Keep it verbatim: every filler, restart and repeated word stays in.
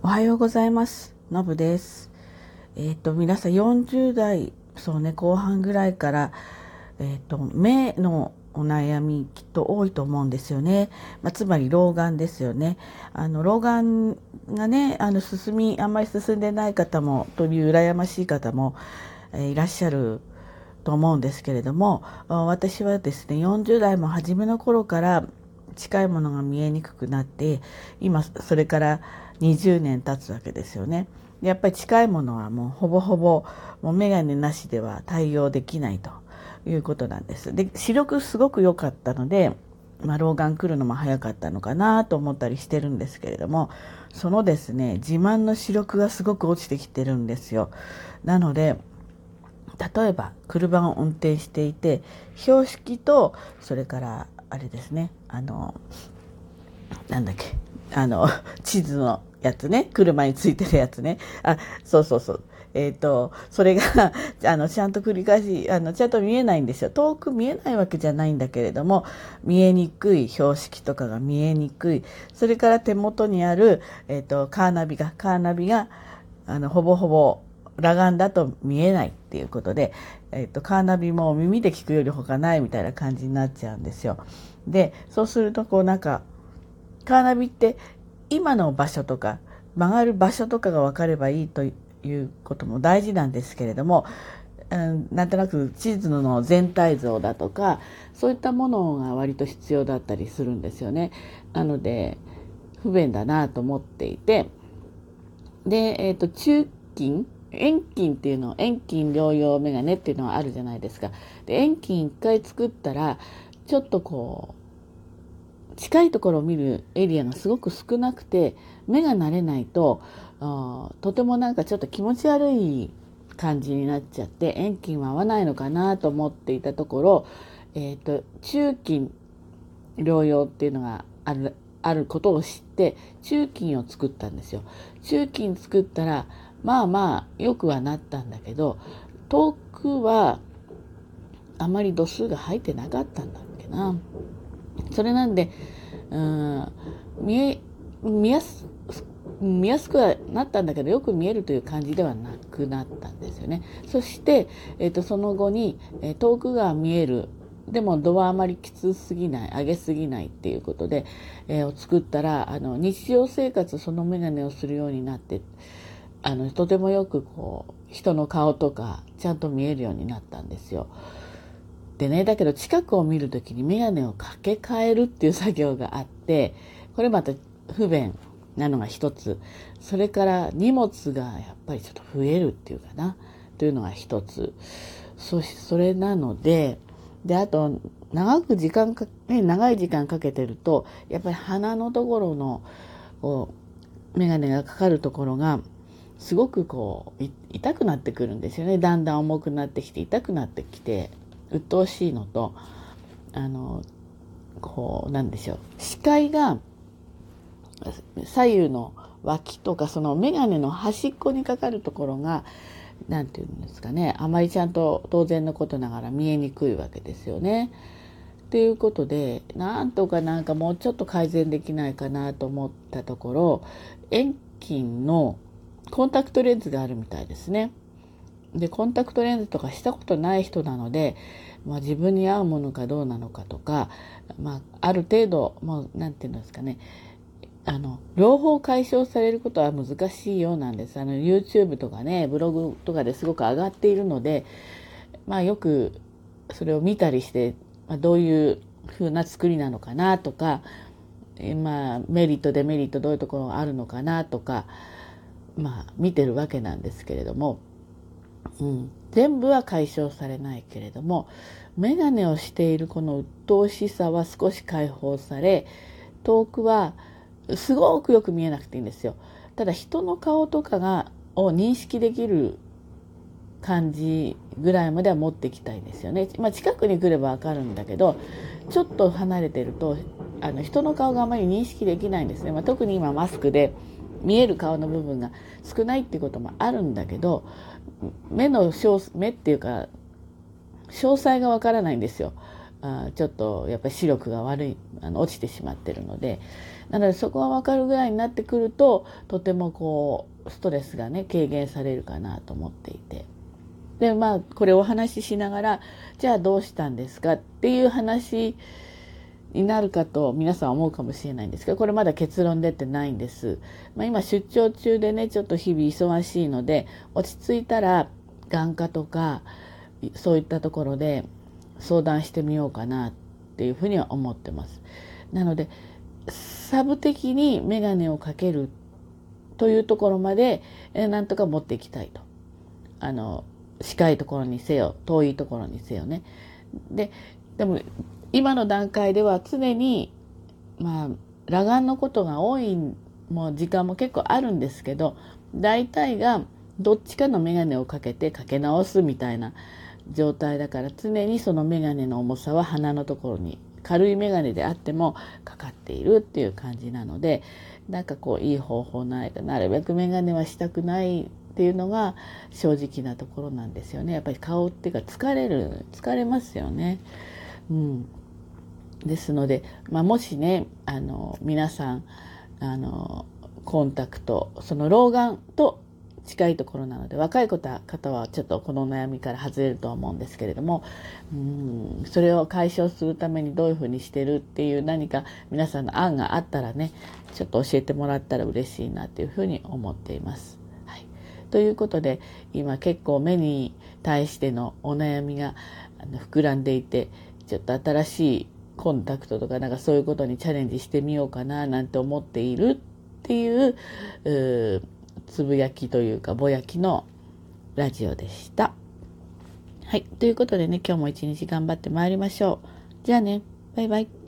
おはようございます。のぶです。えっ、と、皆さんよんじゅう代、そうね、後半ぐらいから、えっ、と、目のお悩みきっと多いと思うんですよね。まあ、つまり老眼ですよね。あの、老眼がね、あの、進み、あんまり進んでない方も、という羨ましい方も、えーいらっしゃると思うんですけれども、私はですね、よんじゅう代も初めの頃から近いものが見えにくくなって、今それからにじゅうねん経つわけですよね。でやっぱり近いものはもうほぼほぼもう眼鏡なしでは対応できないということなんです。で視力すごく良かったので、まあ、老眼来るのも早かったのかなと思ったりしてるんですけれども、そのですね自慢の視力がすごく落ちてきてるんですよ。なので例えば車を運転していて、標識とそれからあれですね、あのなんだっけ、あの地図のやつね、車についてるやつね、あ、そうそうそう、えっ、ー、とそれがあのちゃんと繰り返しあのちゃんと見えないんですよ。遠く見えないわけじゃないんだけれども、見えにくい標識とかが見えにくい。それから手元にある、えっ、ー、とカーナビがカーナビがあのほぼほぼ裸眼だと見えないっていうことで、えっと、カーナビも耳で聞くより他ないみたいな感じになっちゃうんですよ。で、そうするとこうなんか、カーナビって今の場所とか曲がる場所とかが分かればいいということも大事なんですけれども、うん、なんとなく地図の全体像だとかそういったものが割と必要だったりするんですよね。なので不便だなと思っていて、で、えっと、中近遠近っていうの、遠近療養メガネっていうのはあるじゃないですか。で、遠近一回作ったら、ちょっとこう、近いところを見るエリアがすごく少なくて、目が慣れないと、あとてもなんかちょっと気持ち悪い感じになっちゃって、遠近は合わないのかなと思っていたところ、えっと、中近療養っていうのがある、あることを知って、中近を作ったんですよ。中近作ったら、まあまあよくはなったんだけど、遠くはあまり度数が入ってなかったんだっけな。それなんで、うん、見え、見やす、見やすくはなったんだけど、よく見えるという感じではなくなったんですよね。そして、えっと、その後に、えー遠くが見える、でも度はあまりきつすぎない、上げすぎないっていうことで、えー、を作ったら、あの、日常生活そのメガネをするようになって、あの、とてもよくこう、人の顔とか、ちゃんと見えるようになったんですよ。でね、だけど近くを見るときにメガネをかけ替えるっていう作業があって、これまた不便なのが一つ。それから荷物がやっぱりちょっと増えるっていうかな、というのが一つ。そし、それなので、で、あと、長く時間か、ね、長い時間かけてると、やっぱり鼻のところの、こう、メガネがかかるところが、すごくこう、痛くなってくるんですよね。だんだん重くなってきて、痛くなってきて、鬱陶しいのと、あの、こう、なんでしょう。視界が、左右の脇とか、そのメガネの端っこにかかるところが、なんていうんですかね、あまりちゃんと当然のことながら見えにくいわけですよね。っていうことで、なんとかなんかもうちょっと改善できないかなと思ったところ、遠近のコンタクトレンズがあるみたいですね。で、コンタクトレンズとかしたことない人なので、まあ、自分に合うものかどうなのかとか、まあ、ある程度、もう、なんていうんですかね、あの、両方解消されることは難しいようなんです。あの、YouTube とかね、ブログとかですごく上がっているので、まあ、よくそれを見たりして、まあ、どういう風な作りなのかなとか、まあ、メリット、デメリット、どういうところがあるのかなとか、まあ、見てるわけなんですけれども、うん、全部は解消されないけれども、メガネをしているこの鬱陶しさは少し解放され、遠くはすごくよく見えなくていいんですよ。ただ人の顔とかがを認識できる感じぐらいまでは持っていきたいんですよね。まあ、近くに来ればわかるんだけど、ちょっと離れてるとあの人の顔があまり認識できないんですね。まあ、特に今マスクで見える顔の部分が少ないっていうこともあるんだけど、目の目っていうか詳細がわからないんですよ。あちょっとやっぱり視力が悪い、あの落ちてしまってるので、 なのでそこが分かるぐらいになってくると、とてもこうストレスがね軽減されるかなと思っていて、でまあこれをお話ししながら、じゃあどうしたんですかっていう話になるかと皆さん思うかもしれないんですけど、これまだ結論出てないんです。まあ、今出張中でねちょっと日々忙しいので、落ち着いたら眼科とかそういったところで相談してみようかなっていうふうには思ってます。なのでサブ的にメガネをかけるというところまでなんとか持っていきたいと。あの近いところにせよ遠いところにせよね。ででも今の段階では常にまあ裸眼のことが多いもう時間も結構あるんですけど、大体がどっちかのメガネをかけてかけ直すみたいな状態だから、常にそのメガネの重さは鼻のところに、軽いメガネであってもかかっているっていう感じなので、なんかこういい方法ないか、なるべくメガネはしたくないっていうのが正直なところなんですよね。やっぱり顔っていうか疲れる疲れますよね。うん、ですので、まあ、もしねあの皆さんあのコンタクト、その老眼と近いところなので、若い方はちょっとこの悩みから外れるとは思うんですけれども、うんそれを解消するためにどういうふうにしてるっていう何か皆さんの案があったらね、ちょっと教えてもらったら嬉しいなっていうふうに思っています。はい、ということで今結構目に対してのお悩みが膨らんでいて、ちょっと新しいコンタクトとかなんかそういうことにチャレンジしてみようかななんて思っているっていう、うつぶやきというかぼやきのラジオでした。はい、ということでね、今日も一日頑張ってまいりましょう。じゃあね、バイバイ。